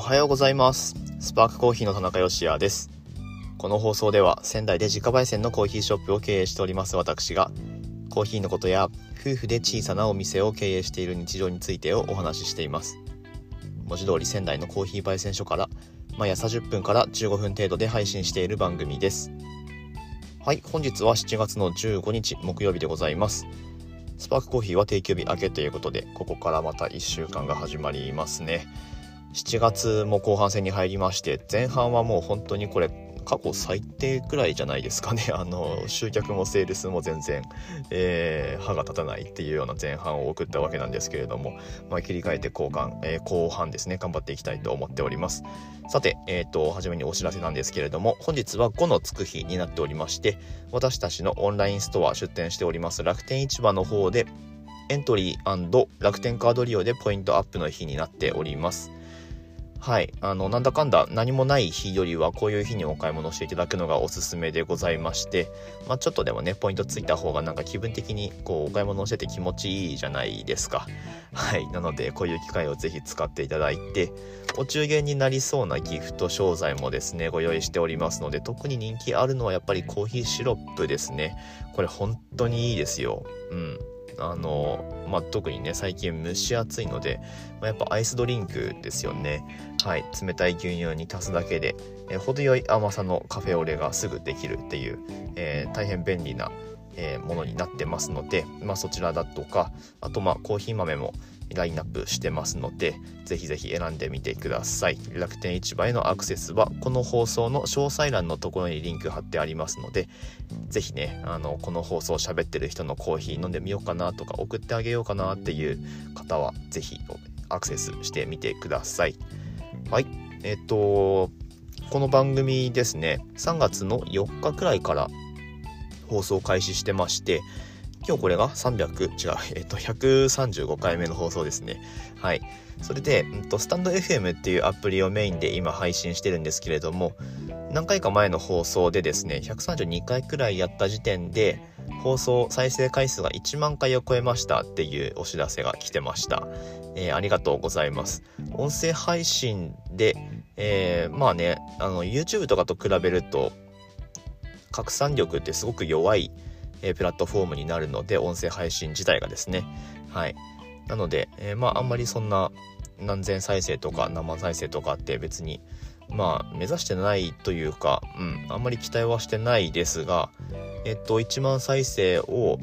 はようございます。スパークコーヒーの田中芳也です。この放送では仙台で自家焙煎のコーヒーショップを経営しております私がコーヒーのことや夫婦で小さなお店を経営している日常についてをお話ししています。文字通り仙台のコーヒー焙煎所から毎朝10分から15分程度で配信している番組です。はい、本日は7月の15日木曜日でございます。スパークコーヒーは定休日明けということで、ここからまた1週間が始まりますね。7月も後半戦に入りまして、前半はもう本当にこれ過去最低くらいじゃないですかね。集客もセールスも全然、歯が立たないっていうような前半を送ったわけなんですけれども、切り替えて後半ですね、頑張っていきたいと思っております。さて、初めにお知らせなんですけれども、本日は5のつく日になっておりまして、私たちのオンラインストア出店しております楽天市場の方でエントリー&楽天カード利用でポイントアップの日になっております。はい、なんだかんだ何もない日よりはこういう日にお買い物していただくのがおすすめでございまして、ちょっとでもねポイントついた方がなんか気分的にお買い物をしてて気持ちいいじゃないですか。はい、なのでこういう機会をぜひ使っていただいて、お中元になりそうなギフト商材もですねご用意しておりますので、特に人気あるのはやっぱりコーヒーシロップですね。これ本当にいいですよ。特にね最近蒸し暑いので、やっぱアイスドリンクですよね。はい、冷たい牛乳に足すだけで、程よい甘さのカフェオレがすぐできるっていう、大変便利な、ものになってますので、そちらだとか、あとコーヒー豆もラインナップしてますので、ぜひぜひ選んでみてください。楽天市場へのアクセスはこの放送の詳細欄のところにリンク貼ってありますので、ぜひねこの放送を喋ってる人のコーヒー飲んでみようかなとか送ってあげようかなっていう方はぜひアクセスしてみてください。はい、この番組ですね、3月4日くらいから放送開始してまして、今日これが135回目の放送ですね。はい。それで、スタンド FM っていうアプリをメインで今配信してるんですけれども、何回か前の放送でですね、132回くらいやった時点で放送再生回数が1万回を超えましたっていうお知らせが来てました。ありがとうございます。音声配信で、YouTube とかと比べると拡散力ってすごく弱いプラットフォームになるので、音声配信自体がですね。はい。なので、あんまりそんな何千再生とか何万再生とかって別に目指してないというか、あんまり期待はしてないですが、1万再生を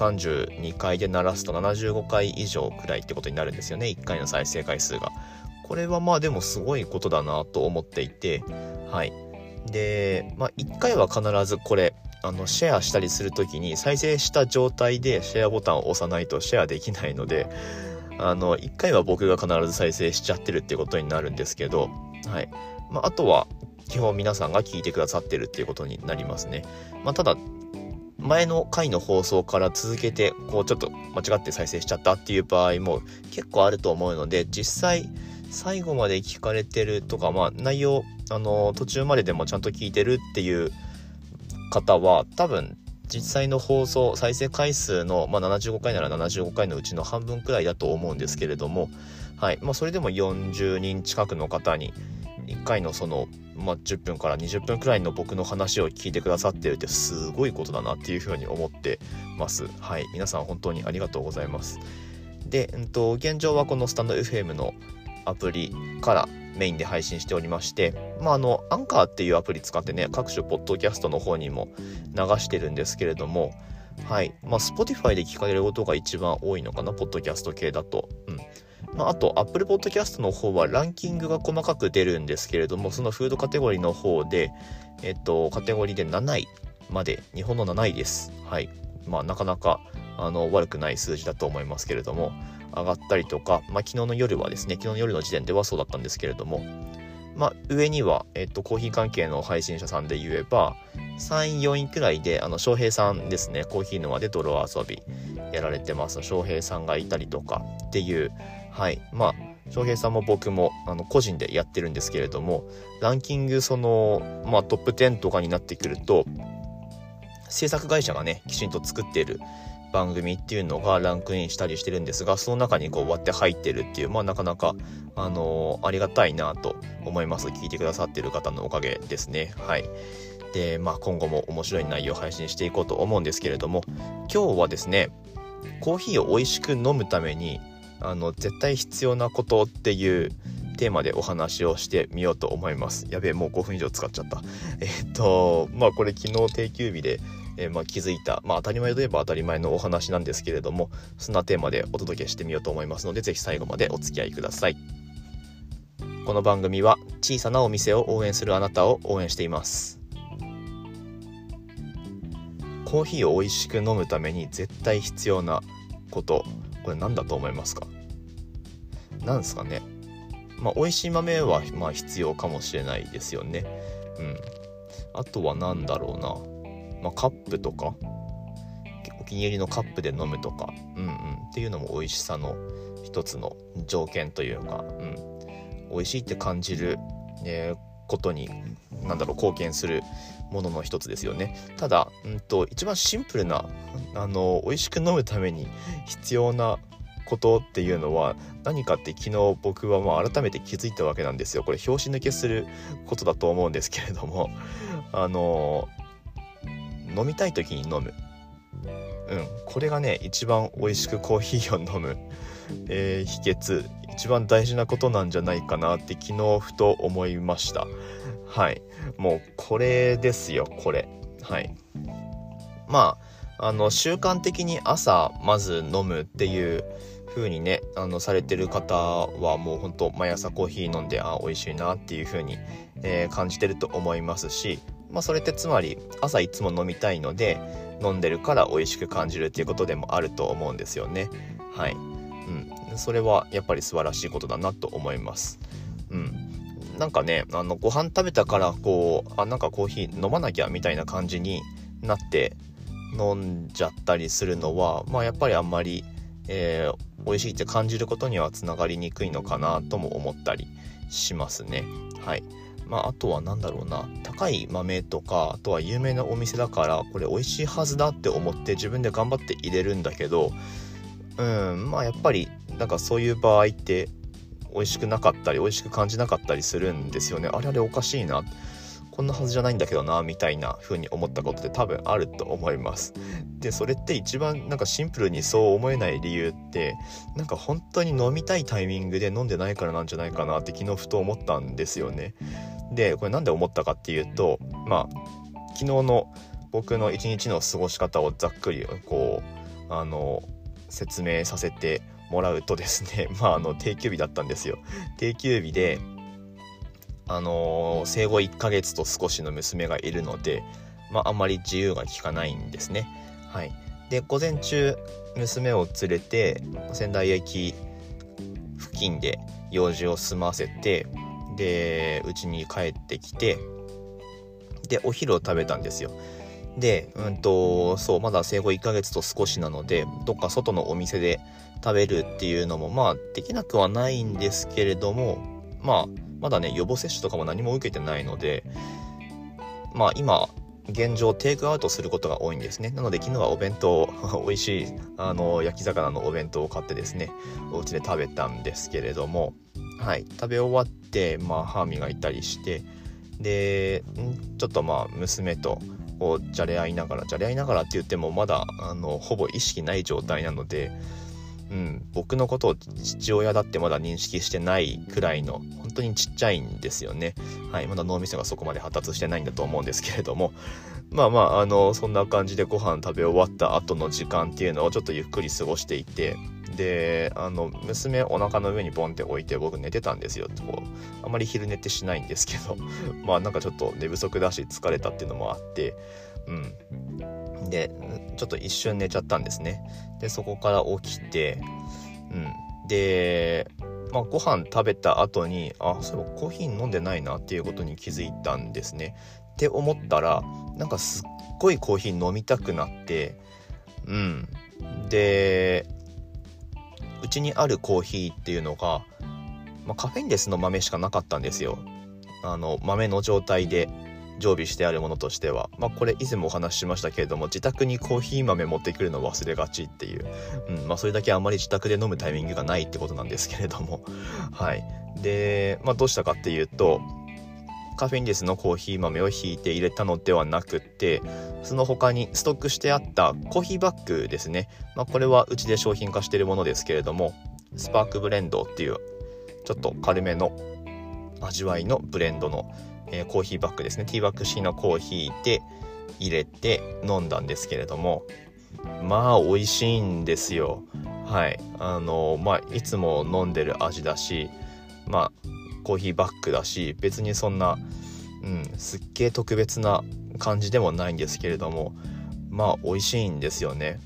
132回で鳴らすと75回以上くらいってことになるんですよね、1回の再生回数が。これはでもすごいことだなと思っていて、はい。で、1回は必ずこれシェアしたりするときに再生した状態でシェアボタンを押さないとシェアできないので、1回は僕が必ず再生しちゃってるっていうことになるんですけど、はい。あとは基本皆さんが聞いてくださってるっていうことになりますね。ただ前の回の放送から続けてちょっと間違って再生しちゃったっていう場合も結構あると思うので、実際最後まで聞かれてるとか、内容途中まででもちゃんと聞いてるっていう方は多分実際の放送再生回数の、75回なら75回のうちの半分くらいだと思うんですけれども、はい。それでも40人近くの方に1回の10分から20分くらいの僕の話を聞いてくださってるってすごいことだなっていうふうに思ってます。はい。皆さん本当にありがとうございます。で、現状はこのスタンド FM のアプリからメインで配信しておりまして、アンカーっていうアプリ使ってね、各種ポッドキャストの方にも流してるんですけれども、はい。Spotify で聞かれることが一番多いのかな、ポッドキャスト系だと。あと Apple Podcast の方はランキングが細かく出るんですけれども、そのフードカテゴリーの方でカテゴリーで7位まで、日本の7位です。はい。なかなか悪くない数字だと思いますけれども、上がったりとか、昨日の夜はですね、昨日の夜の時点ではそうだったんですけれども、上にはコーヒー関係の配信者さんで言えば3位4位くらいで翔平さんですね、コーヒー沼で泥遊びやられてます翔平さんがいたりとかっていう、はい。翔平さんも僕も個人でやってるんですけれども、ランキングトップ10とかになってくると制作会社がねきちんと作っている番組っていうのがランクインしたりしてるんですが、その中に割って入ってるっていう、なかなかありがたいなと思います。聞いてくださってる方のおかげですね。はい。で、今後も面白い内容を配信していこうと思うんですけれども、今日はですね、コーヒーを美味しく飲むために絶対必要なことっていうテーマでお話をしてみようと思います。やべえ、もう5分以上使っちゃった。これ昨日定休日で気づいた、当たり前といえば当たり前のお話なんですけれども、そんなテーマでお届けしてみようと思いますので、ぜひ最後までお付き合いください。この番組は小さなお店を応援するあなたを応援しています。コーヒーを美味しく飲むために絶対必要なこと、これ何だと思いますか？なんですかね。美味しい豆は必要かもしれないですよね。あとは何だろうな、カップとかお気に入りのカップで飲むとか、っていうのも美味しさの一つの条件というか、美味しいって感じる、ことに貢献するものの一つですよね。ただ、一番シンプルな美味しく飲むために必要なことっていうのは何かって昨日僕は改めて気づいたわけなんですよ。これ拍子抜けすることだと思うんですけれども、飲みたい時に飲む、これがね一番美味しくコーヒーを飲む、秘訣、一番大事なことなんじゃないかなって昨日ふと思いました。はい、もうこれですよ、これ。はい。習慣的に朝まず飲むっていう風にねされてる方はもう本当毎朝コーヒー飲んで美味しいなっていう風に、感じてると思いますし、それってつまり朝いつも飲みたいので飲んでるから美味しく感じるっていうことでもあると思うんですよね。はい。それはやっぱり素晴らしいことだなと思います。なんかねご飯食べたからなんかコーヒー飲まなきゃみたいな感じになって飲んじゃったりするのはやっぱりあんまり、美味しいって感じることにはつながりにくいのかなとも思ったりしますね。はい。あとは高い豆とか、あとは有名なお店だからこれ美味しいはずだって思って自分で頑張って入れるんだけど、やっぱりそういう場合って美味しくなかったり美味しく感じなかったりするんですよね。あれおかしいな、こんなはずじゃないんだけどなみたいな風に思ったことって多分あると思います。でそれって一番シンプルにそう思えない理由って本当に飲みたいタイミングで飲んでないからなんじゃないかなって昨日ふと思ったんですよね。でこれなんで思ったかっていうと、昨日の僕の一日の過ごし方をざっくり説明させてもらうとですね、定休日だったんですよ。定休日で生後1ヶ月と少しの娘がいるので、あんまり自由が利かないんですね。はい。で午前中娘を連れて仙台駅付近で用事を済ませて、で家に帰ってきて、でお昼を食べたんですよ。でそうまだ生後1ヶ月と少しなのでどっか外のお店で食べるっていうのもできなくはないんですけれども、まだね予防接種とかも何も受けてないので、今現状テイクアウトすることが多いんですね。なので昨日はお弁当美味しい焼き魚のお弁当を買ってですねお家で食べたんですけれども、はい、食べ終わって歯磨いたりして、でちょっと娘とじゃれ合いながらって言ってもまだほぼ意識ない状態なので、僕のことを父親だってまだ認識してないくらいの本当にちっちゃいんですよね。はい、まだ脳みそがそこまで発達してないんだと思うんですけれども、そんな感じでご飯食べ終わった後の時間っていうのをちょっとゆっくり過ごしていて、で娘お腹の上にボンって置いて僕寝てたんですよ。あんまり昼寝ってしないんですけどちょっと寝不足だし疲れたっていうのもあって、でちょっと一瞬寝ちゃったんですね。でそこから起きて、でご飯食べた後にそういえばコーヒー飲んでないなっていうことに気づいたんですね。って思ったらすっごいコーヒー飲みたくなって、でうちにあるコーヒーっていうのが、カフェインレスの豆しかなかったんですよ。豆の状態で常備してあるものとしては、これ以前もお話ししましたけれども、自宅にコーヒー豆持ってくるのを忘れがちっていう、それだけあんまり自宅で飲むタイミングがないってことなんですけれどもはいで、どうしたかっていうと、カフェインレスのコーヒー豆をひいて入れたのではなくて、その他にストックしてあったコーヒーバッグですね。これはうちで商品化しているものですけれども、スパークブレンドっていうちょっと軽めの味わいのブレンドの、コーヒーバッグですね。ティーバッグ式のコーヒーで入れて飲んだんですけれども、美味しいんですよ。はいいつも飲んでる味だし、コーヒーバッグだし、別にそんな、すっげー特別な感じでもないんですけれども、美味しいんですよね。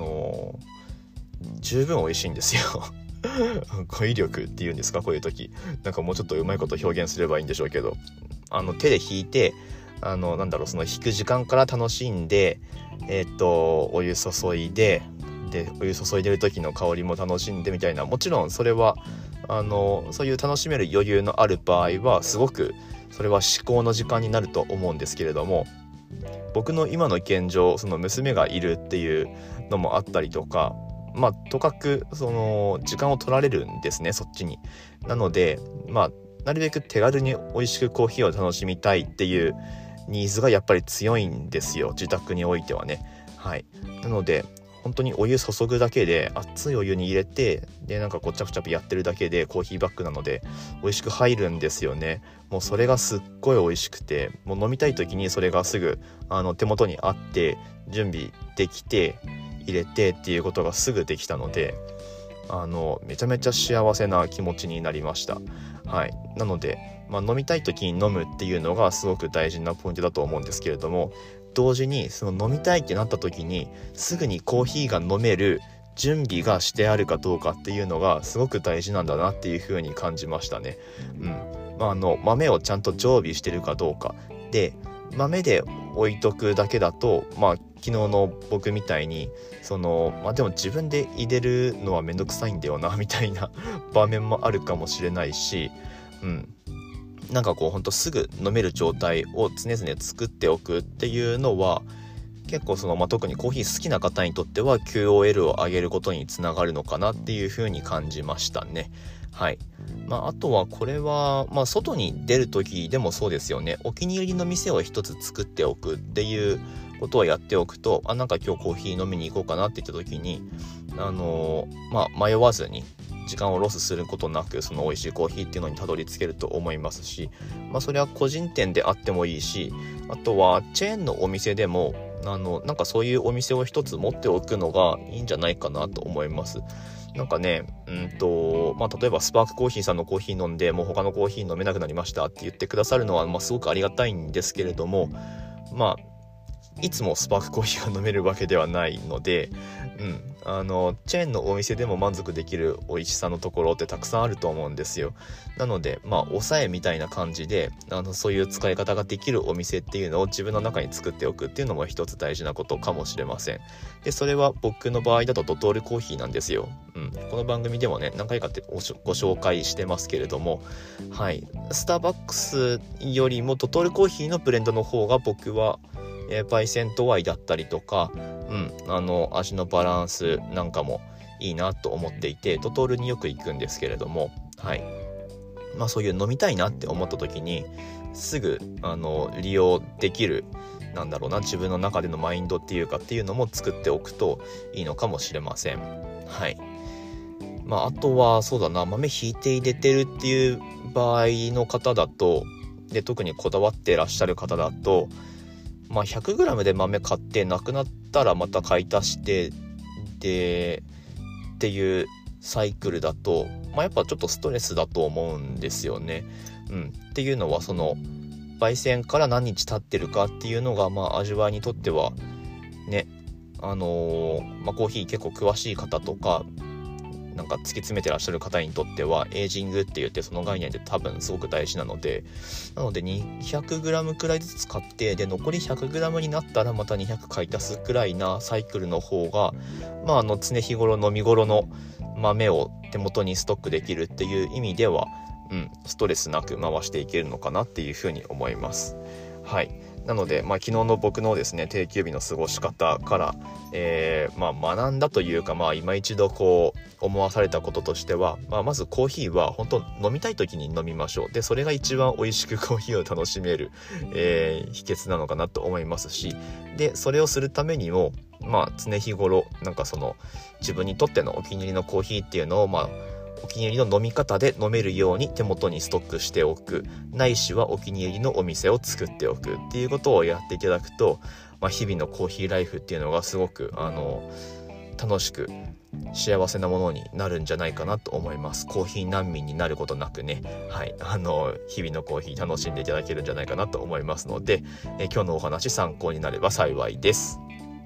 十分美味しいんですよ語彙力っていうんですか、こういう時なんかもうちょっとうまいこと表現すればいいんでしょうけど、手で引いてその引く時間から楽しんで、お湯注いで、お湯注いでる時の香りも楽しんでみたいな、もちろんそれはそういう楽しめる余裕のある場合はすごくそれは至高の時間になると思うんですけれども、僕の今の現状、その娘がいるっていうのもあったりとか、とかくその時間を取られるんですね、そっちに。なのでなるべく手軽に美味しくコーヒーを楽しみたいっていうニーズがやっぱり強いんですよ、自宅においてはね。なので本当にお湯注ぐだけで、熱いお湯に入れて、でなんかチャプチャプやってるだけでコーヒーバッグなので美味しく入るんですよね。もうそれがすっごい美味しくて、もう飲みたい時にそれがすぐ手元にあって準備できて入れてっていうことがすぐできたので、めちゃめちゃ幸せな気持ちになりました。なので、飲みたい時に飲むっていうのがすごく大事なポイントだと思うんですけれども、同時にその飲みたいってなった時にすぐにコーヒーが飲める準備がしてあるかどうかっていうのがすごく大事なんだなっていう風に感じましたね。豆をちゃんと常備してるかどうかで、豆で置いとくだけだと昨日の僕みたいにでも自分で入れるのはめんどくさいんだよなみたいな場面もあるかもしれないし、なんかほんとすぐ飲める状態を常々作っておくっていうのは結構特にコーヒー好きな方にとっては QOL を上げることにつながるのかなっていう風に感じましたね。あとはこれは外に出る時でもそうですよね。お気に入りの店を一つ作っておくっていうことをやっておくと、なんか今日コーヒー飲みに行こうかなって言った時に迷わずに時間をロスすることなくその美味しいコーヒーっていうのにたどり着けると思いますし、それは個人店であってもいいし、あとはチェーンのお店でもなんかそういうお店を一つ持っておくのがいいんじゃないかなと思います。なんかね例えばスパークコーヒーさんのコーヒー飲んでもう他のコーヒー飲めなくなりましたって言ってくださるのはすごくありがたいんですけれども、いつもスパークコーヒーが飲めるわけではないので、チェーンのお店でも満足できる美味しさのところってたくさんあると思うんですよ。なので抑えみたいな感じでそういう使い方ができるお店っていうのを自分の中に作っておくっていうのも一つ大事なことかもしれません。でそれは僕の場合だとドトールコーヒーなんですよ。この番組でもね何回かご紹介してますけれども、スターバックスよりもドトールコーヒーのブレンドの方が僕は焙煎度合いだったりとか、味のバランスなんかもいいなと思っていて、ドトールによく行くんですけれども、そういう飲みたいなって思った時にすぐ利用できる自分の中でのマインドっていうのも作っておくといいのかもしれません。あとはそうだな、豆ひいて入れてるっていう場合の方だと、で特にこだわってらっしゃる方だと100g で豆買ってなくなったらまた買い足してでっていうサイクルだとやっぱちょっとストレスだと思うんですよね。っていうのはその焙煎から何日経ってるかっていうのが味わいにとってはねコーヒー結構詳しい方とかなんか突き詰めてらっしゃる方にとってはエイジングって言ってその概念で多分すごく大事なので 200g くらいずつ買って、で残り 100g になったらまた200買い足すくらいなサイクルの方が常日頃の見頃の豆を手元にストックできるっていう意味ではストレスなく回していけるのかなっていうふうに思います。 はい。なので、昨日の僕のですね定休日の過ごし方から、学んだというか、今一度こう思わされたこととしては、まずコーヒーは本当飲みたい時に飲みましょう。でそれが一番美味しくコーヒーを楽しめる、秘訣なのかなと思いますし、でそれをするためにも常日頃自分にとってのお気に入りのコーヒーっていうのをお気に入りの飲み方で飲めるように手元にストックしておく、ないしはお気に入りのお店を作っておくっていうことをやっていただくと、日々のコーヒーライフっていうのがすごく楽しく幸せなものになるんじゃないかなと思います。コーヒー難民になることなくね、日々のコーヒー楽しんでいただけるんじゃないかなと思いますので、今日のお話参考になれば幸いです。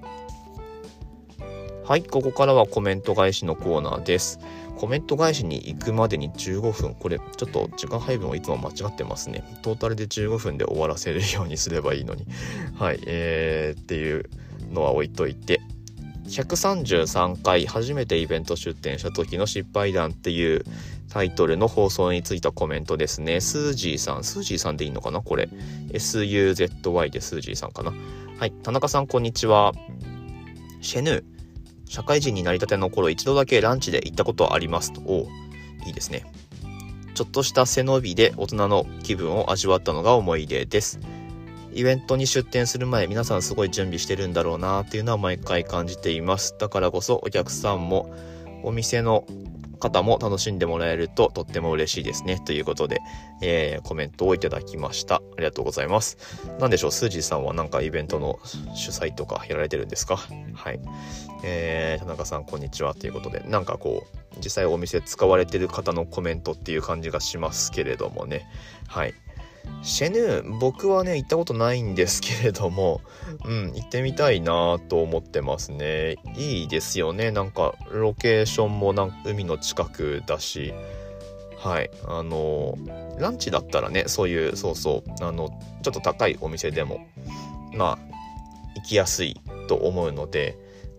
はい、ここからはコメント返しのコーナーです。コメント返しに行くまでに15分、これちょっと時間配分をいつも間違ってますね。トータルで15分で終わらせるようにすればいいのにはい、っていうのは置いといて、133回初めてイベント出展した時の失敗談っていうタイトルの放送についたコメントですね。スージーさんでいいのかな、これ SUZY でスージーさんかな。はい、田中さんこんにちは。シェヌー社会人になりたての頃一度だけランチで行ったことありますと。いいですね。ちょっとした背伸びで大人の気分を味わったのが思い出です。イベントに出店する前、皆さんすごい準備してるんだろうなっていうのは毎回感じています。だからこそお客さんもお店の方も楽しんでもらえるととっても嬉しいですねということで、コメントをいただきました。ありがとうございます。なんでしょう、スージーさんはなんかイベントの主催とかやられてるんですか？はい、田中さんこんにちはということで、なんかこう実際お店使われてる方のコメントっていう感じがしますけれどもね。はい、シェヌー僕はね行ったことないんですけれども、行ってみたいなと思ってますね。いいですよね。なんかロケーションも海の近くだし、はい、ランチだったらねそういうちょっと高いお店でも行きやすいと思うので、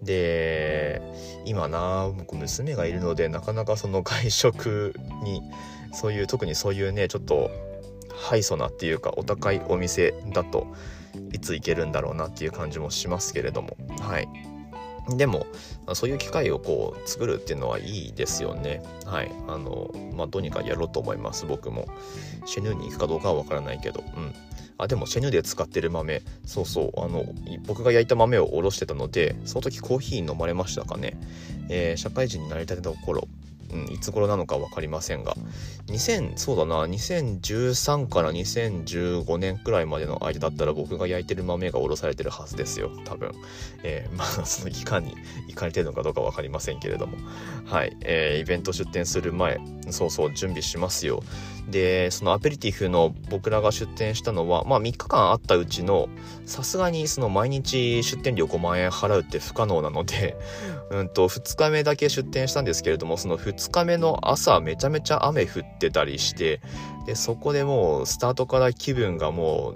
今僕娘がいるのでなかなかその外食に特にそういうねちょっとハイソなっていうかお高いお店だといつ行けるんだろうなっていう感じもしますけれども、はい、でもそういう機会をこう作るっていうのはいいですよね。はい、どうにかやろうと思います。僕もシェヌに行くかどうかはわからないけど、でもシェヌで使ってる豆、僕が焼いた豆をおろしてたので、その時コーヒー飲まれましたかね。社会人になりたての頃、いつ頃なのか分かりませんが、2013から2015年くらいまでの間だったら僕が焼いてる豆がおろされてるはずですよ、多分。その期間に行かれてるのかどうか分かりませんけれども、はい、イベント出店する前、準備しますよ。でそのアペリティフの僕らが出店したのは、3日間あったうちのさすがにその毎日出店料5万円払うって不可能なので2日目だけ出店したんですけれども、その2日目の朝めちゃめちゃ雨降ってたりして、でそこでもうスタートから気分が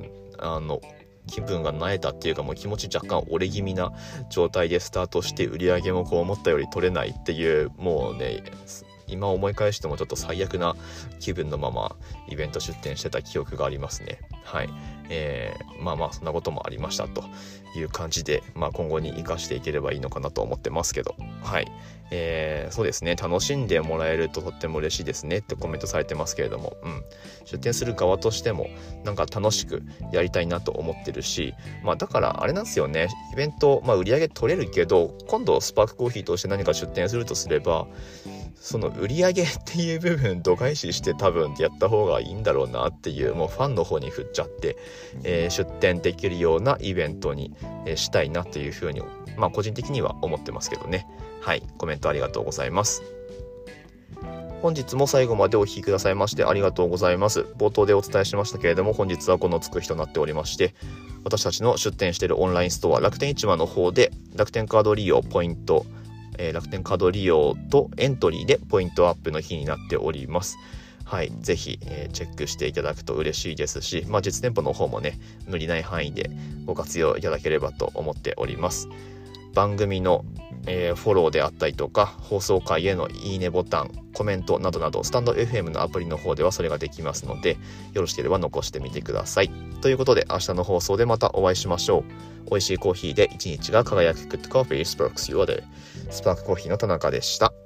なえたっていうか、もう気持ち若干折れ気味な状態でスタートして、売り上げもこう思ったより取れないっていう、もうね今思い返してもちょっと最悪な気分のままイベント出店してた記憶がありますね。はい、そんなこともありましたという感じで、今後に生かしていければいいのかなと思ってますけど、はい、そうですね、楽しんでもらえるととっても嬉しいですねってコメントされてますけれども、出店する側としてもなんか楽しくやりたいなと思ってるし、だからあれなんですよね、イベント、売り上げ取れるけど、今度スパークコーヒーとして何か出店するとすれば、その売り上げっていう部分度外視して多分やった方がいいんだろうなっていう、もうファンの方に振っちゃって、出店できるようなイベントに、したいなというふうに、個人的には思ってますけどね。はい、コメントありがとうございます。本日も最後までお聞きくださいましてありがとうございます。冒頭でお伝えしましたけれども、本日はこのつく日となっておりまして、私たちの出店しているオンラインストア楽天市場の方で楽天カード利用ポイント、楽天カード利用とエントリーでポイントアップの日になっております。はい、ぜひ、チェックしていただくと嬉しいですし、実店舗の方もね無理ない範囲でご活用いただければと思っております。番組のフォローであったりとか、放送回へのいいねボタン、コメントなどなど、スタンド FM のアプリの方ではそれができますので、よろしければ残してみてください。ということで、明日の放送でまたお会いしましょう。美味しいコーヒーで一日が輝く Good Coffee Sparks Your Day。スパークコーヒーの田中でした。